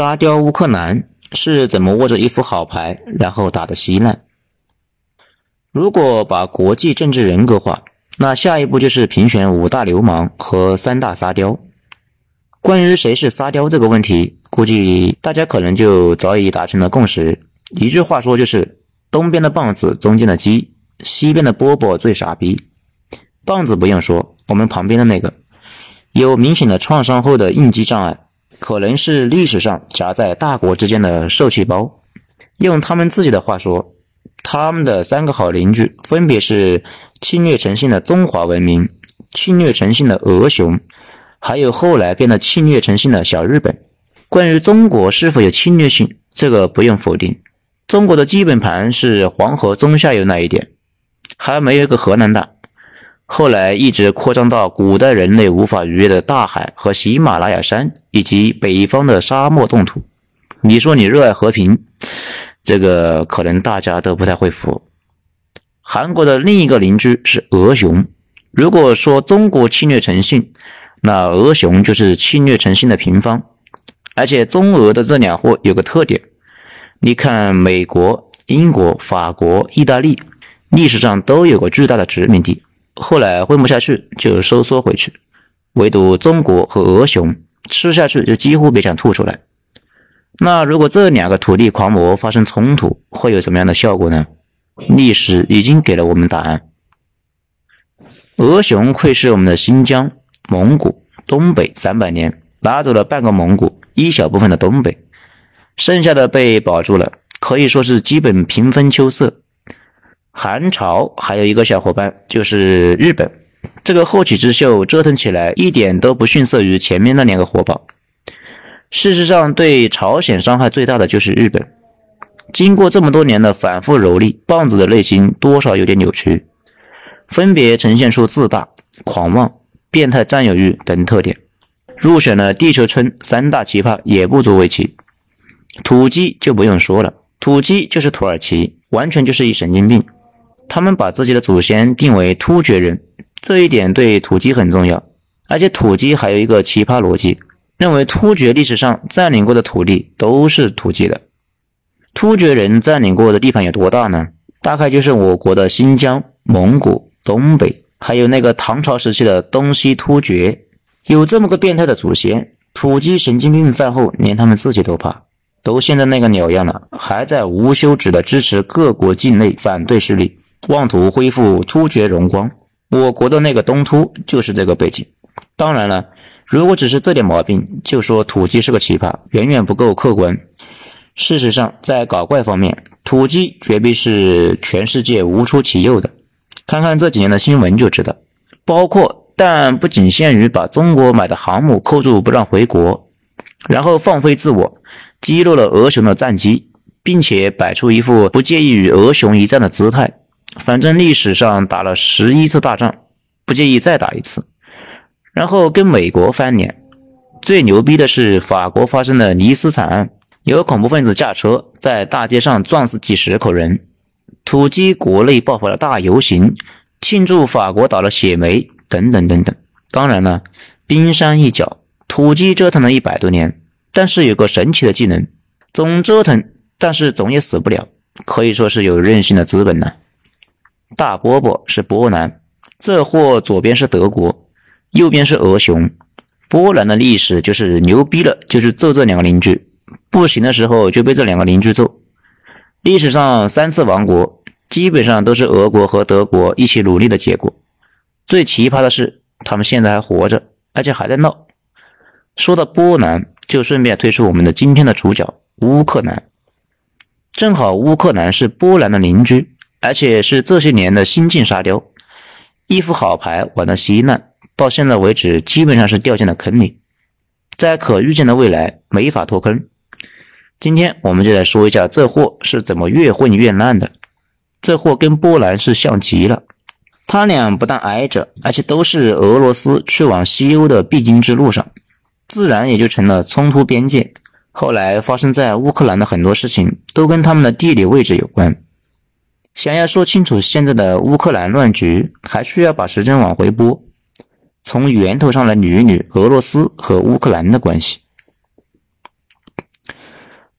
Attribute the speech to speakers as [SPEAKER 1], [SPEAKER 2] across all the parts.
[SPEAKER 1] 沙雕乌克兰是怎么握着一副好牌然后打得稀烂。如果把国际政治人格化，那下一步就是评选5大流氓和3大沙雕。关于谁是沙雕这个问题，估计大家可能就早已达成了共识。一句话说就是东边的棒子中间的鸡，西边的饽饽最傻逼。棒子不用说，我们旁边的那个有明显的创伤后的应激障碍，可能是历史上夹在大国之间的受气包。用他们自己的话说，他们的3个好邻居分别是侵略成性的中华文明、侵略成性的俄熊，还有后来变得侵略成性的小日本。关于中国是否有侵略性，这个不用否定，中国的基本盘是黄河中下游那一点，还没有一个河南大，后来一直扩张到古代人类无法逾越的大海和喜马拉雅山以及北方的沙漠冻土。你说你热爱和平，这个可能大家都不太会服。韩国的另一个邻居是俄熊，如果说中国侵略成性，那俄熊就是侵略成性的平方。而且中俄的这两货有个特点，你看美国、英国、法国、意大利历史上都有个巨大的殖民地，后来混不下去就收缩回去，唯独中国和俄熊吃下去就几乎别想吐出来。那如果这2个土地狂魔发生冲突，会有什么样的效果呢？历史已经给了我们答案。俄熊窥视我们的新疆、蒙古、东北300年，拿走了半个蒙古，一小部分的东北，剩下的被保住了，可以说是基本平分秋色。韩朝还有一个小伙伴就是日本，这个后起之秀折腾起来一点都不逊色于前面那2个活宝。事实上对朝鲜伤害最大的就是日本，经过这么多年的反复蹂躏，棒子的内心多少有点扭曲，分别呈现出自大、狂妄、变态占有欲等特点。入选了地球村3大奇葩也不足为奇。土鸡就不用说了，土鸡就是土耳其，完全就是一神经病。他们把自己的祖先定为突厥人，这一点对土鸡很重要。而且土鸡还有一个奇葩逻辑，认为突厥历史上占领过的土地都是土鸡的。突厥人占领过的地盘有多大呢？大概就是我国的新疆、蒙古、东北，还有那个唐朝时期的东西突厥。有这么个变态的祖先，土鸡神经病犯后连他们自己都怕，都现在那个鸟样了，还在无休止的支持各国境内反对势力，妄图恢复突厥荣光。我国的那个东突就是这个背景。当然了，如果只是这点毛病就说土鸡是个奇葩，远远不够客观。事实上在搞怪方面，土鸡绝逼是全世界无出其右的，看看这几年的新闻就知道，包括但不仅限于把中国买的航母扣住不让回国，然后放飞自我，击落了俄熊的战机，并且摆出一副不介意与俄熊一战的姿态，反正历史上打了11次大仗，不介意再打一次，然后跟美国翻脸。最牛逼的是法国发生的尼斯惨案，有恐怖分子驾车在大街上撞死几10口人，土鸡国内爆发了大游行，庆祝法国倒了血霉等等等等。当然了，冰山一角，土鸡折腾了100多年，但是有个神奇的技能，总折腾但是总也死不了，可以说是有韧性的资本呢。大饽饽是波兰，这货左边是德国，右边是俄熊。波兰的历史就是牛逼了就是揍这2个邻居，不行的时候就被这2个邻居揍。历史上3次亡国基本上都是俄国和德国一起努力的结果。最奇葩的是他们现在还活着，而且还在闹。说到波兰，就顺便推出我们的今天的主角乌克兰。正好乌克兰是波兰的邻居，而且是这些年的新晋沙雕，一副好牌玩得稀烂，到现在为止基本上是掉进了坑里，在可预见的未来没法脱坑。今天我们就来说一下这货是怎么越混越烂的。这货跟波兰是像极了，他俩不但挨着，而且都是俄罗斯去往西欧的必经之路上，自然也就成了冲突边界。后来发生在乌克兰的很多事情都跟他们的地理位置有关。想要说清楚现在的乌克兰乱局，还需要把时间往回拨，从源头上来捋一捋俄罗斯和乌克兰的关系。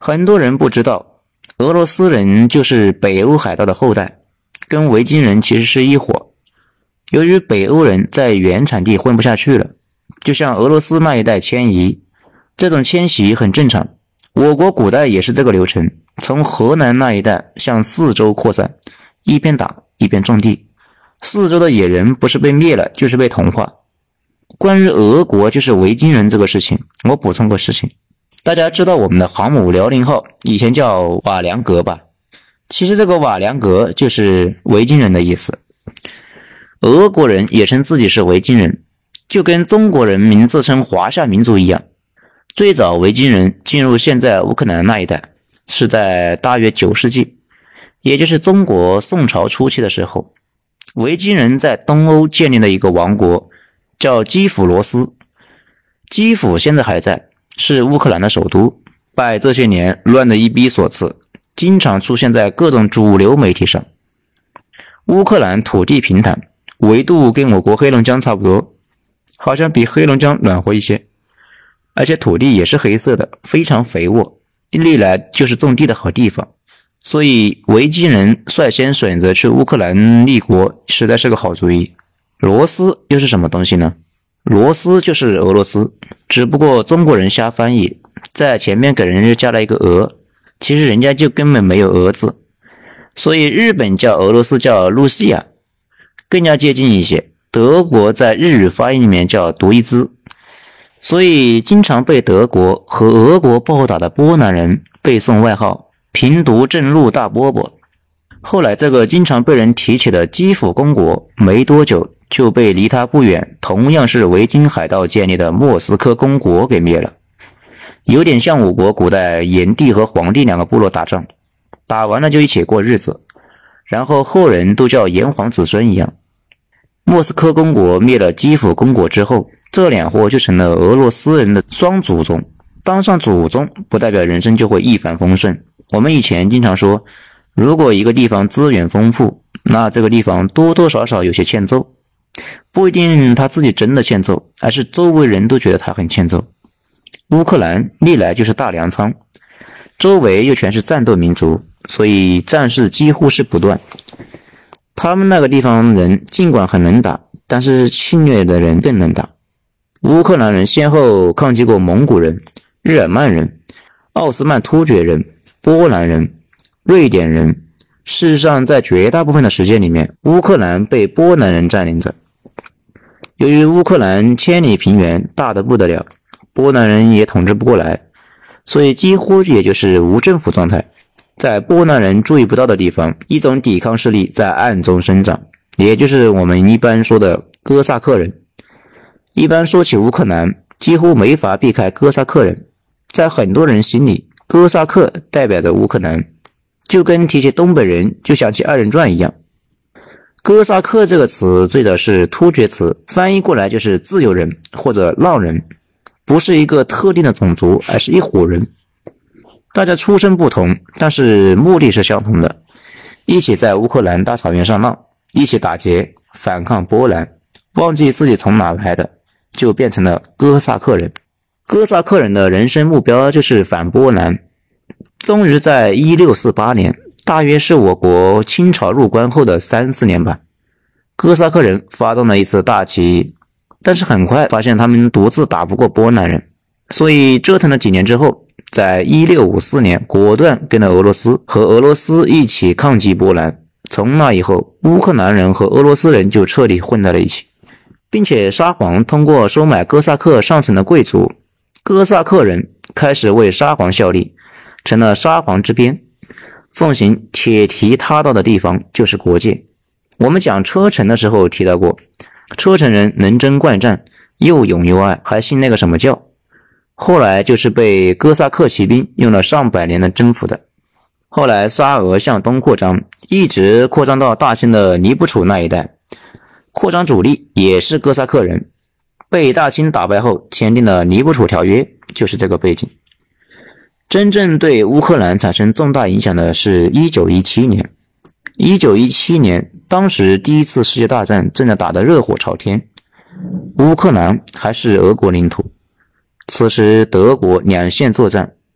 [SPEAKER 1] 很多人不知道，俄罗斯人就是北欧海盗的后代，跟维京人其实是一伙。由于北欧人在原产地混不下去了，就向俄罗斯那一带迁移，这种迁徙很正常。我国古代也是这个流程，从河南那一带向四周扩散，一边打一边种地。四周的野人不是被灭了，就是被同化。关于俄国就是维京人这个事情，我补充个事情。大家知道我们的航母辽宁号以前叫瓦良格吧？其实这个瓦良格就是维京人的意思。俄国人也称自己是维京人，就跟中国人民自称华夏民族一样。最早维京人进入现在乌克兰那一带是在大约9世纪，也就是中国宋朝初期的时候。维京人在东欧建立了一个王国，叫基辅罗斯。基辅现在还在，是乌克兰的首都，拜这些年乱的一逼所赐，经常出现在各种主流媒体上。乌克兰土地平坦，纬度跟我国黑龙江差不多，好像比黑龙江暖和一些，而且土地也是黑色的，非常肥沃，历来就是种地的好地方。所以维京人率先选择去乌克兰立国，实在是个好主意。罗斯又是什么东西呢？罗斯就是俄罗斯，只不过中国人瞎翻译，在前面给人家加了一个俄，其实人家就根本没有俄字。所以日本叫俄罗斯叫露西亚，更加接近一些。德国在日语发音里面叫独一兹，所以经常被德国和俄国暴打的波兰人被送外号平毒正路大波波。后来这个经常被人提起的基辅公国没多久就被离他不远同样是维京海盗建立的莫斯科公国给灭了。有点像我国古代炎帝和黄帝两个部落打仗，打完了就一起过日子，然后后人都叫炎黄子孙一样。莫斯科公国灭了基辅公国之后，这两货就成了俄罗斯人的双祖宗。当上祖宗不代表人生就会一帆风顺。我们以前经常说，如果一个地方资源丰富，那这个地方多多少少有些欠揍，不一定他自己真的欠揍，而是周围人都觉得他很欠揍。乌克兰历来就是大粮仓，周围又全是战斗民族，所以战事几乎是不断。他们那个地方人尽管很能打，但是侵略的人更能打。乌克兰人先后抗击过蒙古人、日耳曼人、奥斯曼突厥人、波兰人、瑞典人。事实上在绝大部分的时间里面，乌克兰被波兰人占领着。由于乌克兰千里平原大得不得了，波兰人也统治不过来，所以几乎也就是无政府状态。在波兰人注意不到的地方，一种抵抗势力在暗中生长，也就是我们一般说的哥萨克人。一般说起乌克兰，几乎没法避开哥萨克人。在很多人心里，哥萨克代表着乌克兰，就跟提起东北人就想起二人转一样。哥萨克这个词最早是突厥词，翻译过来就是自由人或者浪人，不是一个特定的种族，而是一伙人。大家出身不同，但是目的是相同的，一起在乌克兰大草原上闹，一起打劫反抗波兰，忘记自己从哪来的，就变成了哥萨克人。哥萨克人的人生目标就是反波兰。终于在1648年，大约是我国清朝入关后的3-4年吧，哥萨克人发动了一次大起义，但是很快发现他们独自打不过波兰人，所以折腾了几年之后，在1654年果断跟了俄罗斯，和俄罗斯一起抗击波兰。从那以后，乌克兰人和俄罗斯人就彻底混在了一起，并且沙皇通过收买哥萨克上层的贵族，哥萨克人开始为沙皇效力，成了沙皇之鞭，奉行铁蹄踏到的地方就是国界。我们讲车臣的时候提到过，车臣人能征惯战，又勇又爱，还信那个什么教，后来就是被哥萨克骑兵用了上百年的征服的。后来沙俄向东扩张，一直扩张到大清的尼布楚那一带，扩张主力也是哥萨克人，被大清打败后签订了尼布楚条约，就是这个背景。真正对乌克兰产生重大影响的是1917年。1917年，当时第一次世界大战正在打得热火朝天，乌克兰还是俄国领土。此时德国两线作战，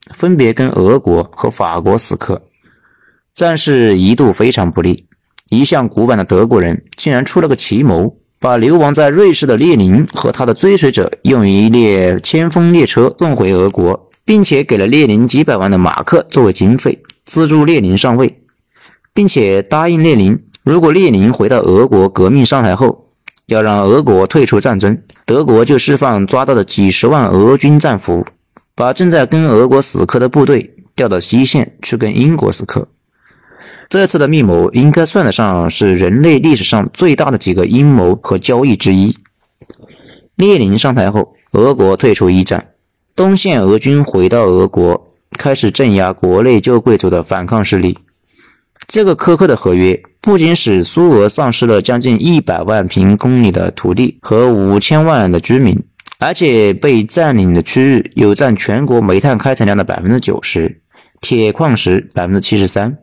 [SPEAKER 1] 分别跟俄国和法国死磕，战事一度非常不利。一向古板的德国人竟然出了个奇谋，把流亡在瑞士的列宁和他的追随者用一列千锋列车送回俄国，并且给了列宁几百万的马克作为经费，资助列宁上位，并且答应列宁，如果列宁回到俄国革命上台后，要让俄国退出战争，德国就释放抓到的几十万俄军战俘，把正在跟俄国死磕的部队调到西线去跟英国死磕。这次的密谋应该算得上是人类历史上最大的几个阴谋和交易之一。列宁上台后，俄国退出一战，东线俄军回到俄国，开始镇压国内旧贵族的反抗势力。这个苛刻的合约不仅使苏俄丧失了将近100万平公里的土地和5000万的居民，而且被占领的区域有占全国煤炭开采量的 90%， 铁矿石 73%，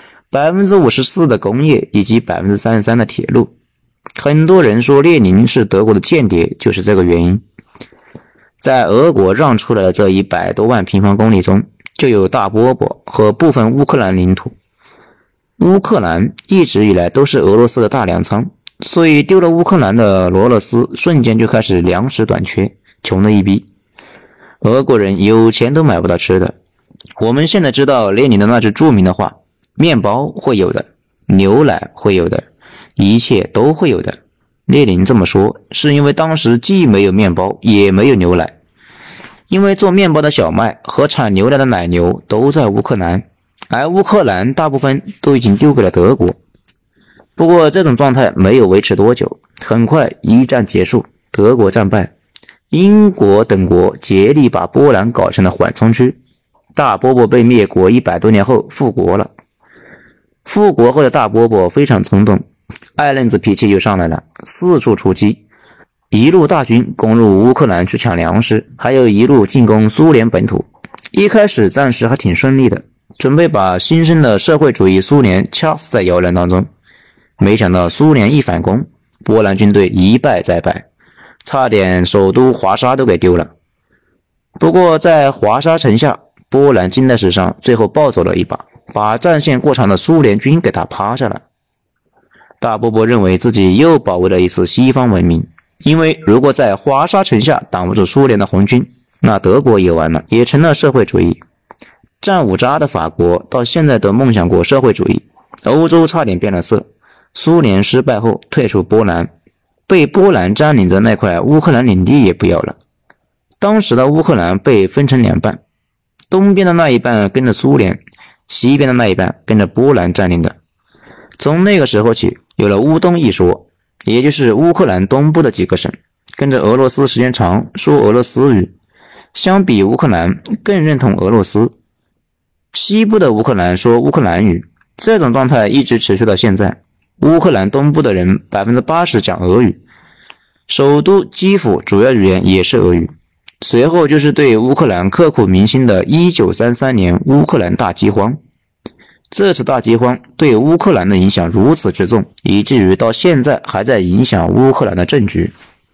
[SPEAKER 1] 54% 的工业以及 33% 的铁路。很多人说列宁是德国的间谍，就是这个原因。在俄国让出来的这100多万平方公里中，就有大波波和部分乌克兰领土。乌克兰一直以来都是俄罗斯的大粮仓，所以丢了乌克兰的俄罗斯瞬间就开始粮食短缺，穷得一逼。俄国人有钱都买不到吃的。我们现在知道列宁的那句著名的话，面包会有的，牛奶会有的，一切都会有的。列宁这么说是因为当时既没有面包也没有牛奶，因为做面包的小麦和产牛奶的奶牛都在乌克兰，而乌克兰大部分都已经丢给了德国。不过这种状态没有维持多久，很快一战结束，德国战败，英国等国竭力把波兰搞成了缓冲区。大波波被灭国100多年后复国了。复国后的大波波非常冲动，爱愣子脾气又上来了，四处出击，一路大军攻入乌克兰去抢粮食，还有一路进攻苏联本土。一开始暂时还挺顺利的，准备把新生的社会主义苏联掐死在摇篮当中。没想到苏联一反攻，波兰军队一败再败，差点首都华沙都给丢了。不过在华沙城下，波兰近代史上最后暴走了一把，把战线过长的苏联军给打趴下了。大波波认为自己又保卫了一次西方文明，因为如果在华沙城下挡不住苏联的红军，那德国也完了，也成了社会主义。战五渣的法国到现在都梦想过社会主义，欧洲差点变了色。苏联失败后退出波兰，被波兰占领着那块乌克兰领地也不要了。当时的乌克兰被分成两半，东边的那一半跟着苏联，西边的那一半跟着波兰占领的。从那个时候起，有了乌东一说，也就是乌克兰东部的几个省跟着俄罗斯时间长，说俄罗斯语，相比乌克兰更认同俄罗斯。西部的乌克兰说乌克兰语，这种状态一直持续到现在。乌克兰东部的人 80% 讲俄语，首都基辅主要语言也是俄语。随后就是对乌克兰刻骨铭心的1933年乌克兰大饥荒。这次大饥荒对乌克兰的影响如此之重，以至于到现在还在影响乌克兰的政局。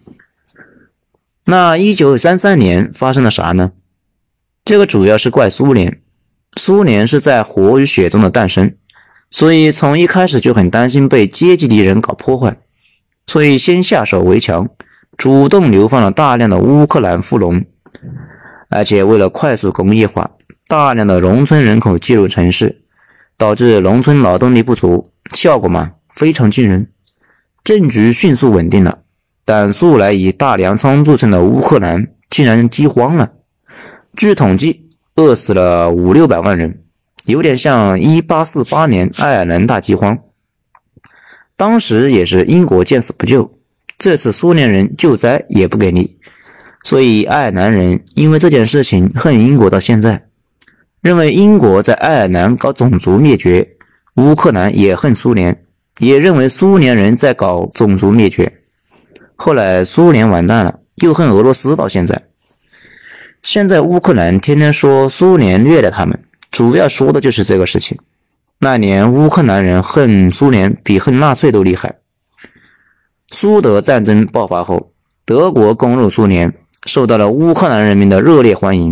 [SPEAKER 1] 那1933年发生了啥呢？这个主要是怪苏联。苏联是在火与血中的诞生，所以从一开始就很担心被阶级敌人搞破坏，所以先下手为强，主动流放了大量的乌克兰富农，而且为了快速工业化，大量的农村人口进入城市，导致农村劳动力不足，效果嘛非常惊人，政局迅速稳定了。但素来以大粮仓著称的乌克兰竟然饥荒了，据统计饿死了500-600万人，有点像1848年爱尔兰大饥荒。当时也是英国见死不救，这次苏联人救灾也不给力，所以爱尔兰人因为这件事情恨英国到现在，认为英国在爱尔兰搞种族灭绝，乌克兰也恨苏联，也认为苏联人在搞种族灭绝。后来苏联完蛋了，又恨俄罗斯到现在。现在乌克兰天天说苏联虐待他们，主要说的就是这个事情。那年乌克兰人恨苏联比恨纳粹都厉害。苏德战争爆发后，德国攻入苏联，受到了乌克兰人民的热烈欢迎。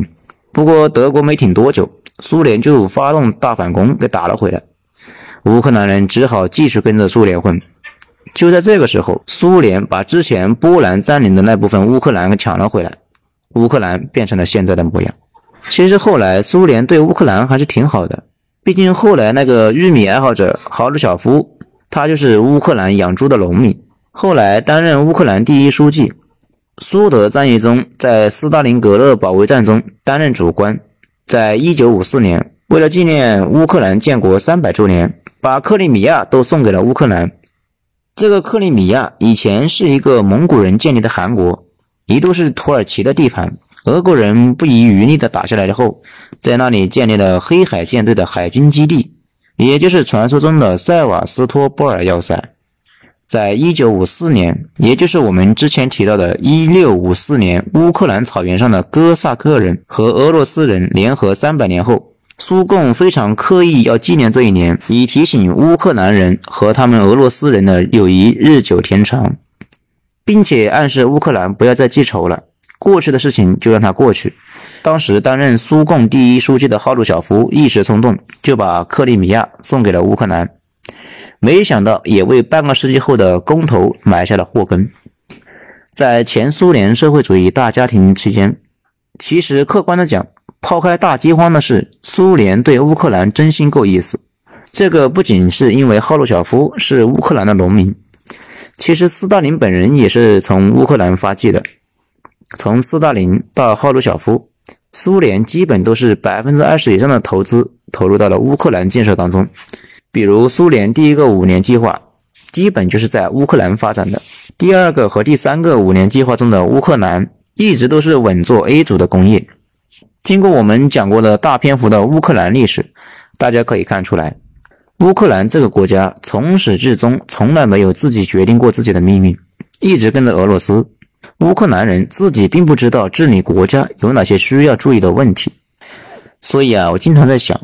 [SPEAKER 1] 不过德国没挺多久，苏联就发动大反攻给打了回来，乌克兰人只好继续跟着苏联混。就在这个时候，苏联把之前波兰占领的那部分乌克兰给抢了回来，乌克兰变成了现在的模样。其实后来苏联对乌克兰还是挺好的，毕竟后来那个玉米爱好者豪鲁晓夫，他就是乌克兰养猪的农民，后来担任乌克兰第一书记。苏德战役中，在斯大林格勒保卫战中担任主官。在1954年，为了纪念乌克兰建国300周年，把克里米亚都送给了乌克兰。这个克里米亚以前是一个蒙古人建立的汗国，一度是土耳其的地盘。俄国人不遗余力地打下来之后，在那里建立了黑海舰队的海军基地，也就是传说中的塞瓦斯托波尔要塞。在1954年，也就是我们之前提到的1654年，乌克兰草原上的哥萨克人和俄罗斯人联合300年后，苏共非常刻意要纪念这一年，以提醒乌克兰人和他们俄罗斯人的友谊日久天长，并且暗示乌克兰不要再记仇了，过去的事情就让它过去。当时担任苏共第一书记的浩鲁晓夫一时冲动，就把克里米亚送给了乌克兰。没想到也为半个世纪后的公投埋下了祸根。在前苏联社会主义大家庭期间，其实客观的讲，抛开大饥荒的是苏联对乌克兰真心够意思。这个不仅是因为浩鲁晓夫是乌克兰的农民，其实斯大林本人也是从乌克兰发迹的。从斯大林到浩鲁晓夫，苏联基本都是 20% 以上的投资投入到了乌克兰建设当中。比如苏联第一个5年计划基本就是在乌克兰发展的，第二个和第三个5年计划中的乌克兰一直都是稳坐 A 组的工业。经过我们讲过的大篇幅的乌克兰历史，大家可以看出来，乌克兰这个国家从始至终从来没有自己决定过自己的命运，一直跟着俄罗斯。乌克兰人自己并不知道治理国家有哪些需要注意的问题。所以我经常在想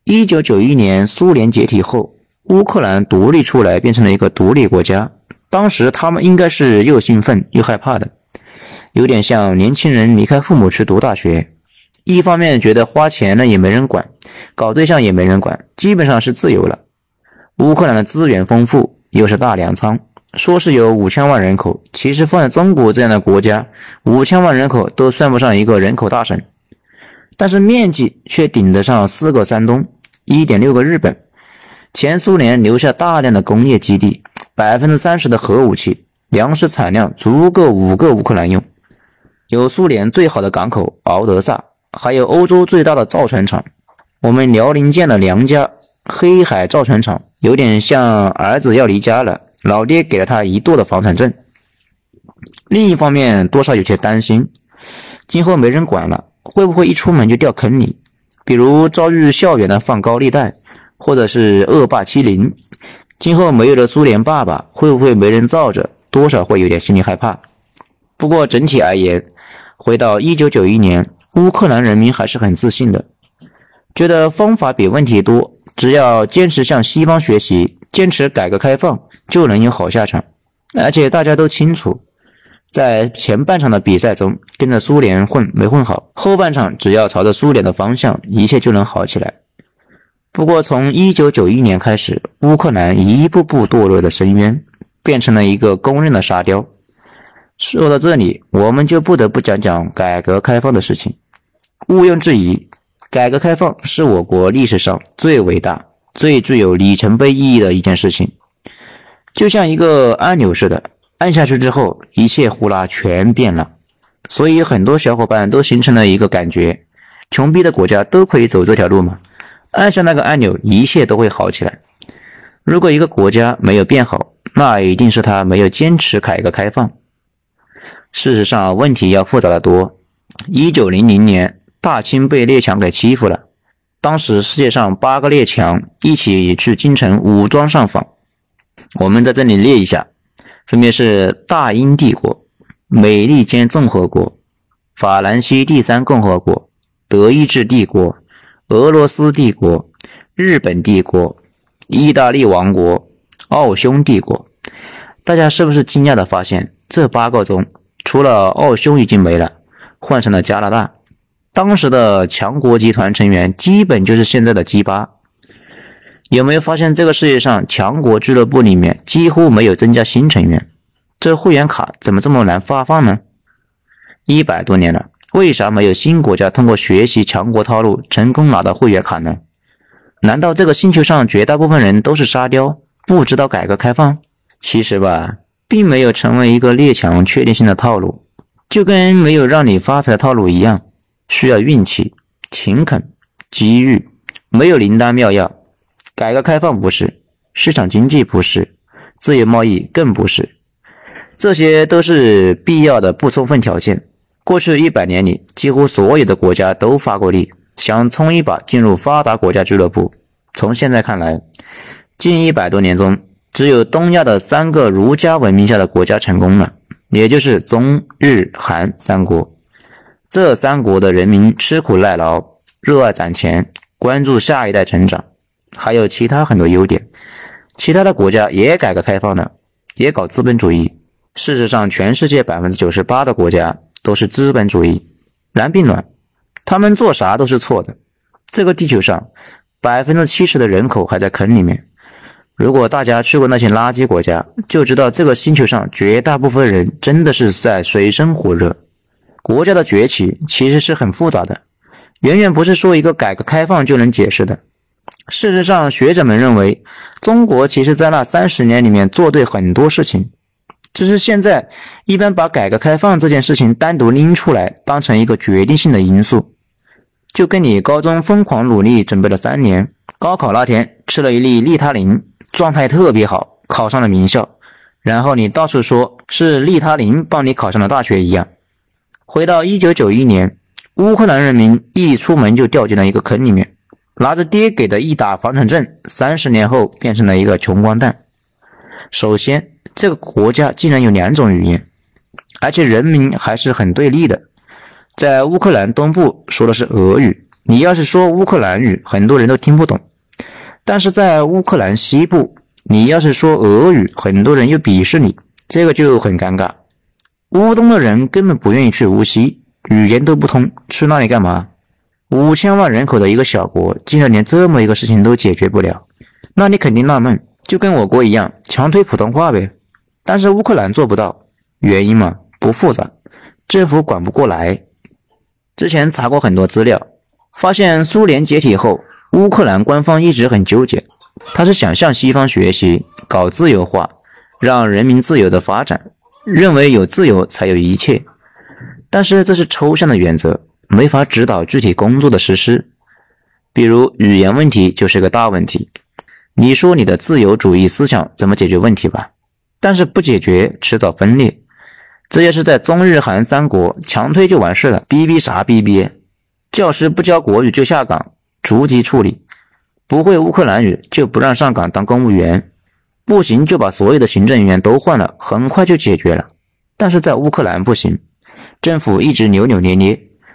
[SPEAKER 1] ，1991年苏联解体后，乌克兰独立出来变成了一个独立国家，当时他们应该是又兴奋又害怕的，有点像年轻人离开父母去读大学，一方面觉得花钱了也没人管，搞对象也没人管，基本上是自由了。乌克兰的资源丰富，又是大粮仓，说是有5000万人口，其实放在中国这样的国家，5000万人口都算不上一个人口大省，但是面积却顶得上4个山东， 1.6 个日本。前苏联留下大量的工业基地， 30% 的核武器，粮食产量足够5个乌克兰用。有苏联最好的港口敖德萨，还有欧洲最大的造船厂。我们辽宁舰的梁家黑海造船厂有点像儿子要离家了，老爹给了他1垛的房产证。另一方面多少有些担心，今后没人管了，会不会一出门就掉坑里，比如遭遇校园的放高利贷，或者是恶霸欺凌，今后没有了苏联爸爸，会不会没人罩着，多少会有点心里害怕。不过整体而言，回到1991年，乌克兰人民还是很自信的，觉得方法比问题多，只要坚持向西方学习，坚持改革开放，就能有好下场。而且大家都清楚，在前半场的比赛中跟着苏联混没混好，后半场只要朝着苏联的方向，一切就能好起来。不过从1991年开始，乌克兰一步步堕落的深渊，变成了一个公认的沙雕。说到这里，我们就不得不讲讲改革开放的事情。毋庸置疑，改革开放是我国历史上最伟大、最具有里程碑意义的一件事情。就像一个按钮似的，按下去之后，一切呼啦全变了。所以很多小伙伴都形成了一个感觉，穷逼的国家都可以走这条路吗？按下那个按钮，一切都会好起来。如果一个国家没有变好，那一定是他没有坚持改革开放。事实上，问题要复杂得多。1900年，大清被列强给欺负了，当时世界上8个列强一起去京城武装上访，我们在这里列一下，分别是大英帝国、美利坚共和国、法兰西第3共和国、德意志帝国、俄罗斯帝国、日本帝国、意大利王国、奥匈帝国。大家是不是惊讶地发现，这8个中除了奥匈已经没了，换成了加拿大。 当时的强国集团成员基本就是现在的G8。有没有发现这个世界上强国俱乐部里面几乎没有增加新成员？这会员卡怎么这么难发放呢？100多年了，为啥没有新国家通过学习强国套路成功拿到会员卡呢？难道这个星球上绝大部分人都是沙雕，不知道改革开放？其实吧，并没有成为一个列强确定性的套路，就跟没有让你发财套路一样，需要运气、勤恳、机遇，没有灵丹妙药。改革开放不是，市场经济不是，自由贸易更不是，这些都是必要的不充分条件。过去100年里，几乎所有的国家都发过力，想冲一把进入发达国家俱乐部。从现在看来，近100多年中，只有东亚的3个儒家文明下的国家成功了，也就是中日韩3国。这3国的人民吃苦耐劳，热爱攒钱，关注下一代成长，还有其他很多优点。其他的国家也改革开放了，也搞资本主义。事实上，全世界 98% 的国家都是资本主义，蓝并卵，他们做啥都是错的。这个地球上 70% 的人口还在坑里面。如果大家去过那些垃圾国家，就知道这个星球上绝大部分人真的是在水深火热。国家的崛起其实是很复杂的，远远不是说一个改革开放就能解释的。事实上，学者们认为，中国其实在那30年里面做对很多事情，只是现在一般把改革开放这件事情单独拎出来当成一个决定性的因素。就跟你高中疯狂努力准备了3年，高考那天吃了一粒利他林，状态特别好，考上了名校，然后你到处说是利他林帮你考上了大学一样。回到1991年，乌克兰人民一出门就掉进了一个坑里面，拿着爹给的一打房产证，30年后变成了一个穷光蛋。首先，这个国家竟然有2种语言，而且人民还是很对立的。在乌克兰东部说的是俄语，你要是说乌克兰语，很多人都听不懂。但是在乌克兰西部，你要是说俄语，很多人又鄙视你，这个就很尴尬。乌东的人根本不愿意去乌西，语言都不通，去那里干嘛？5000万人口的一个小国，竟然连这么一个事情都解决不了，那你肯定纳闷，就跟我国一样，强推普通话呗。但是乌克兰做不到，原因嘛，不复杂，政府管不过来。之前查过很多资料，发现苏联解体后，乌克兰官方一直很纠结，他是想向西方学习，搞自由化，让人民自由的发展，认为有自由才有一切。但是这是抽象的原则，没法指导具体工作的实施。比如语言问题就是个大问题，你说你的自由主义思想怎么解决问题吧，但是不解决迟早分裂。这要是在中日韩3国强推就完事了，逼啥逼，教师不教国语就下岗，逐级处理，不会乌克兰语就不让上岗当公务员，不行就把所有的行政人员都换了，很快就解决了。但是在乌克兰不行，政府一直扭扭捏捏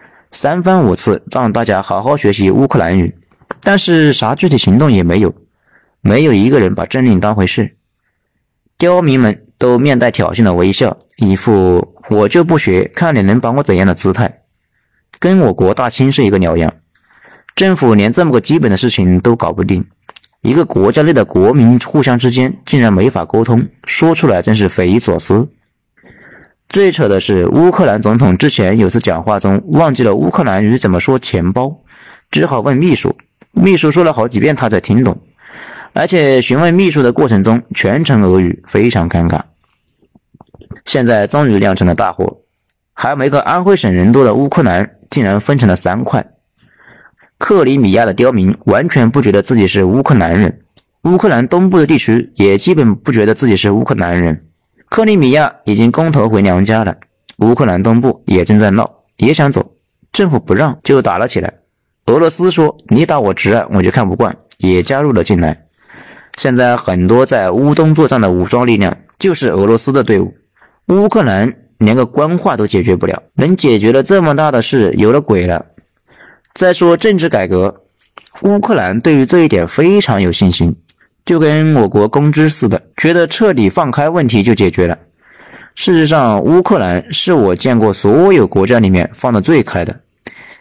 [SPEAKER 1] ，3番5次让大家好好学习乌克兰语，但是啥具体行动也没有，没有一个人把政令当回事。刁民们都面带挑衅的微笑，一副我就不学，看你能把我怎样的姿态，跟我国大清是一个鸟样。政府连这么个基本的事情都搞不定，一个国家内的国民互相之间竟然没法沟通，说出来真是匪夷所思。最扯的是，乌克兰总统之前有次讲话中忘记了乌克兰语怎么说钱包，只好问秘书，秘书说了好几遍他才听懂，而且询问秘书的过程中全程俄语，非常尴尬。现在终于酿成了大祸，还没个安徽省人多的乌克兰竟然分成了3块。克里米亚的刁民完全不觉得自己是乌克兰人，乌克兰东部的地区也基本不觉得自己是乌克兰人。克里米亚已经公投回娘家了，乌克兰东部也正在闹，也想走，政府不让就打了起来。俄罗斯说你打我直啊，我就看不惯，也加入了进来。现在很多在乌东作战的武装力量就是俄罗斯的队伍，乌克兰连个官话都解决不了，能解决了这么大的事有了鬼了。再说政治改革，乌克兰对于这一点非常有信心，就跟我国公知似的，觉得彻底放开问题就解决了。事实上，乌克兰是我见过所有国家里面放得最开的，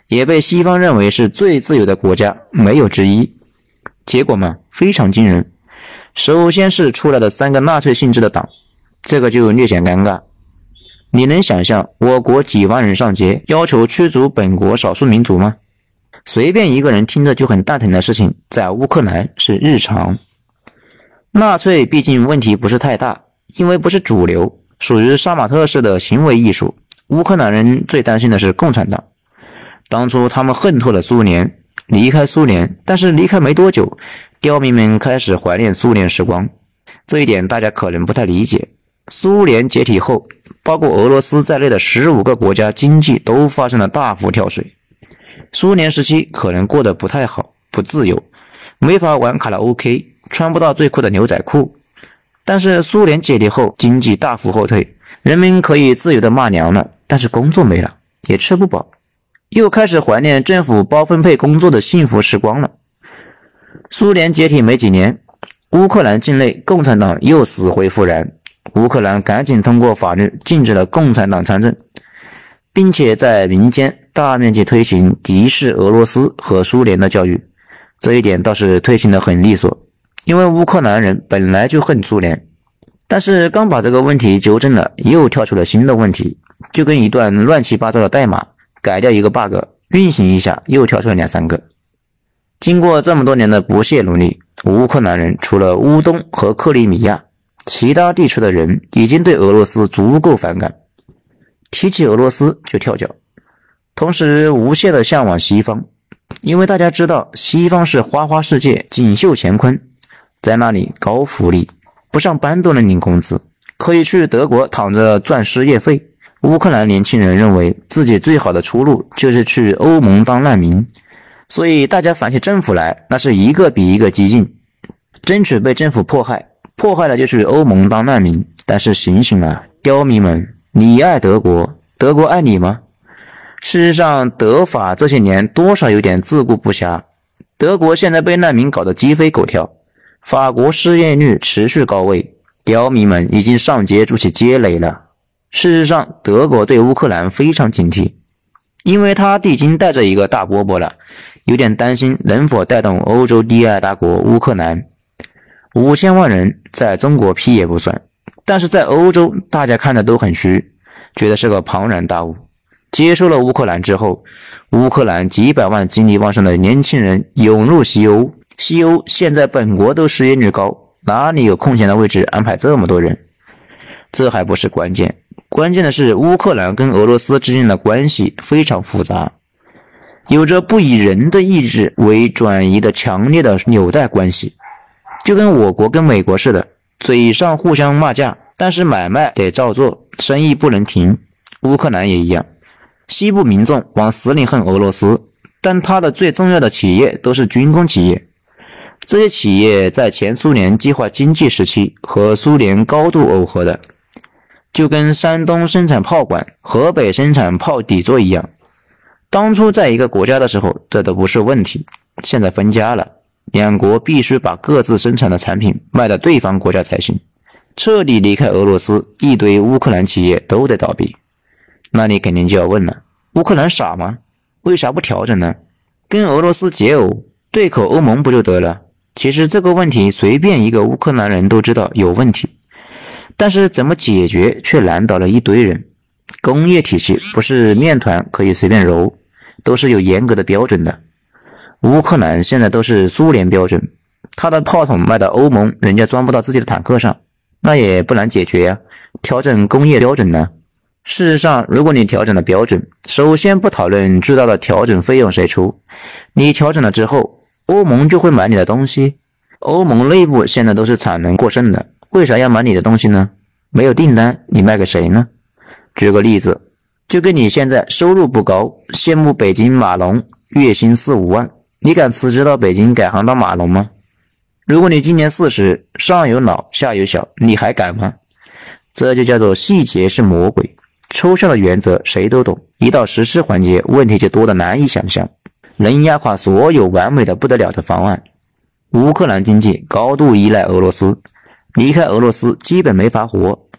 [SPEAKER 1] 也被西方认为是最自由的国家，没有之一。结果嘛，非常惊人。首先是出来的3个纳粹性质的党，这个就略显尴尬。你能想象我国几万人上街要求驱逐本国少数民族吗？随便一个人听着就很蛋疼的事情，在乌克兰是日常。纳粹毕竟问题不是太大，因为不是主流，属于杀马特式的行为艺术。乌克兰人最担心的是共产党。当初他们恨透了苏联，离开苏联，但是离开没多久，刁民们开始怀念苏联时光。这一点大家可能不太理解。苏联解体后，包括俄罗斯在内的15个国家经济都发生了大幅跳水。苏联时期可能过得不太好，不自由，没法玩卡拉 OK， 穿不到最酷的牛仔裤。但是苏联解体后，经济大幅后退，人民可以自由的骂娘了，但是工作没了，也吃不饱，又开始怀念政府包分配工作的幸福时光了。苏联解体没几年，乌克兰境内共产党又死灰复燃，乌克兰赶紧通过法律禁止了共产党参政，并且在民间大面积推行敌视俄罗斯和苏联的教育。这一点倒是推行得很利索，因为乌克兰人本来就恨苏联。但是刚把这个问题纠正了，又跳出了新的问题，就跟一段乱七八糟的代码改掉一个 bug， 运行一下又跳出了2-3个。经过这么多年的不懈努力，乌克兰人除了乌东和克里米亚，其他地区的人已经对俄罗斯足够反感，提起俄罗斯就跳脚，同时无限的向往西方，因为大家知道西方是花花世界，锦绣乾坤，在那里高福利，不上班都能领工资，可以去德国躺着赚失业费。乌克兰年轻人认为自己最好的出路就是去欧盟当难民，所以大家反起政府来，那是一个比一个激进，争取被政府迫害，迫害了就去欧盟当难民。但是醒醒啊，刁民们，你爱德国，德国爱你吗？事实上，德法这些年多少有点自顾不暇。德国现在被难民搞得鸡飞狗跳，法国失业率持续高位，刁民们已经上街筑起街垒了。事实上，德国对乌克兰非常警惕，因为他已经带着一个大饽饽了，有点担心能否带动欧洲第2大国乌克兰。5000万人在中国屁也不算，但是在欧洲大家看的都很虚，觉得是个庞然大物。接收了乌克兰之后，乌克兰几百万精力旺盛的年轻人涌入西欧，西欧现在本国都失业率高，哪里有空闲的位置安排这么多人？这还不是关键，关键的是乌克兰跟俄罗斯之间的关系非常复杂，有着不以人的意志为转移的强烈的纽带关系，就跟我国跟美国似的，嘴上互相骂架，但是买卖得照做，生意不能停。乌克兰也一样，西部民众往死里恨俄罗斯，但它的最重要的企业都是军工企业，这些企业在前苏联计划经济时期和苏联高度耦合的，就跟山东生产炮管，河北生产炮底座一样。当初在一个国家的时候，这都不是问题，现在分家了，两国必须把各自生产的产品卖到对方国家才行。彻底离开俄罗斯，一堆乌克兰企业都得倒闭。那你肯定就要问了，乌克兰傻吗？为啥不调整呢？跟俄罗斯结耦，对口欧盟不就得了？其实这个问题随便一个乌克兰人都知道有问题，但是怎么解决却难倒了一堆人。工业体系不是面团可以随便揉，都是有严格的标准的。乌克兰现在都是苏联标准，他的炮筒卖到欧盟，人家装不到自己的坦克上，那也不难解决呀，调整工业标准呢。事实上，如果你调整了标准，首先不讨论知道的调整费用谁出，你调整了之后，欧盟就会买你的东西。欧盟内部现在都是产能过剩的，为啥要买你的东西呢？没有订单，你卖给谁呢？举个例子，就跟你现在收入不高，羡慕北京码农月薪4-5万，你敢辞职到北京改行当码农吗？如果你今年40，上有老下有小，你还敢吗？这就叫做细节是魔鬼，抽象的原则谁都懂，一到实施环节，问题就多得难以想象，能压垮所有完美的不得了的方案。乌克兰经济高度依赖俄罗斯，离开俄罗斯基本没法活。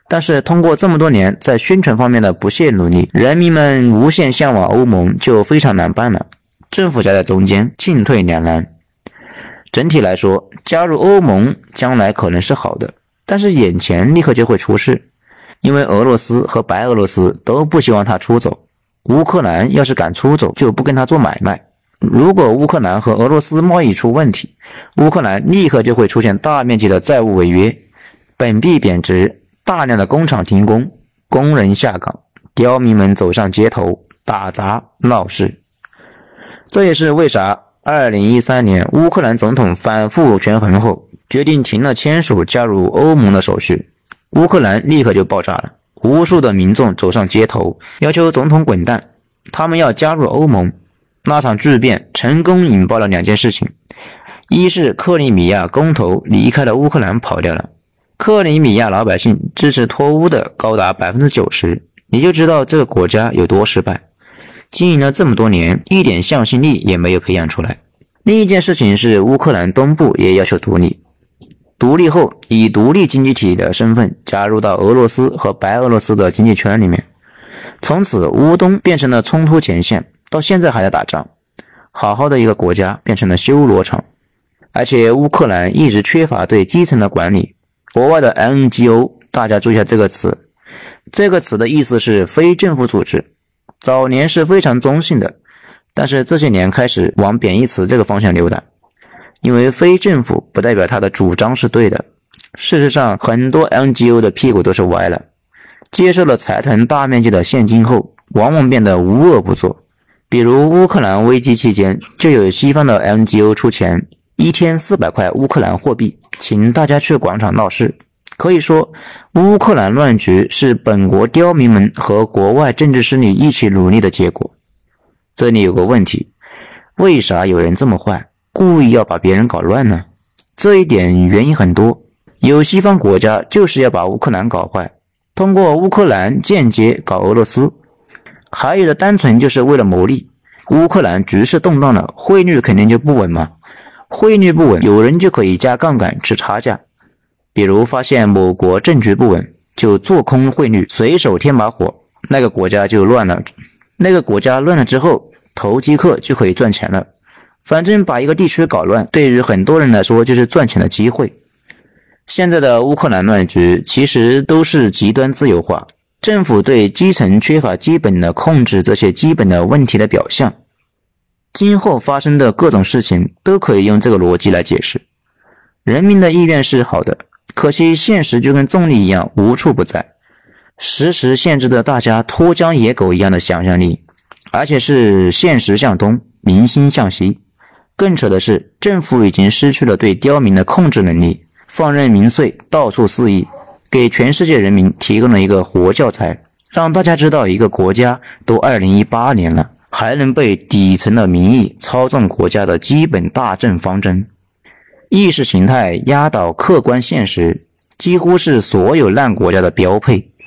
[SPEAKER 1] 但是通过这么多年在宣传方面的不懈努力，人民们无限向往欧盟就非常难办了，政府夹在中间，进退两难。整体来说，加入欧盟将来可能是好的，但是眼前立刻就会出事，因为俄罗斯和白俄罗斯都不希望他出走，乌克兰要是敢出走就不跟他做买卖。如果乌克兰和俄罗斯贸易出问题，乌克兰立刻就会出现大面积的债务违约，本币贬值，大量的工厂停工，工人下岗，刁民们走上街头打砸闹事。这也是为啥2013年乌克兰总统反复权衡后决定停了签署加入欧盟的手续，乌克兰立刻就爆炸了，无数的民众走上街头要求总统滚蛋，他们要加入欧盟。那场巨变成功引爆了两件事情，一是克里米亚公投离开了乌克兰跑掉了，克里米亚老百姓支持脱欧的高达 90%， 你就知道这个国家有多失败，经营了这么多年一点向心力也没有培养出来。另一件事情是乌克兰东部也要求独立，独立后以独立经济体的身份加入到俄罗斯和白俄罗斯的经济圈里面，从此乌东变成了冲突前线，到现在还在打仗，好好的一个国家变成了修罗场。而且乌克兰一直缺乏对基层的管理，国外的 NGO， 大家注意一下这个词，这个词的意思是非政府组织，早年是非常中性的，但是这些年开始往贬义词这个方向溜达，因为非政府不代表它的主张是对的，事实上很多 NGO 的屁股都是歪了，接受了财团大面积的现金后往往变得无恶不作。比如乌克兰危机期间，就有西方的 NGO 出钱，1天400块乌克兰货币，请大家去广场闹事。可以说，乌克兰乱局是本国刁民们和国外政治势力一起努力的结果。这里有个问题，为啥有人这么坏，故意要把别人搞乱呢？这一点原因很多，有西方国家就是要把乌克兰搞坏，通过乌克兰间接搞俄罗斯，还有的单纯就是为了牟利。乌克兰局势动荡了，汇率肯定就不稳嘛，汇率不稳，有人就可以加杠杆吃差价，比如发现某国政局不稳，就做空汇率，随手添把火，那个国家就乱了，那个国家乱了之后，投机客就可以赚钱了。反正把一个地区搞乱，对于很多人来说就是赚钱的机会。现在的乌克兰乱局其实都是极端自由化，政府对基层缺乏基本的控制这些基本的问题的表象。今后发生的各种事情都可以用这个逻辑来解释。人民的意愿是好的，可惜现实就跟重力一样无处不在，时时限制着大家脱缰野狗一样的想象力，而且是现实向东，民心向西。更扯的是，政府已经失去了对刁民的控制能力，放任民粹到处肆意，给全世界人民提供了一个活教材，让大家知道一个国家都2018年了，还能被底层的民意操纵国家的基本大政方针。意识形态压倒客观现实，几乎是所有烂国家的标配。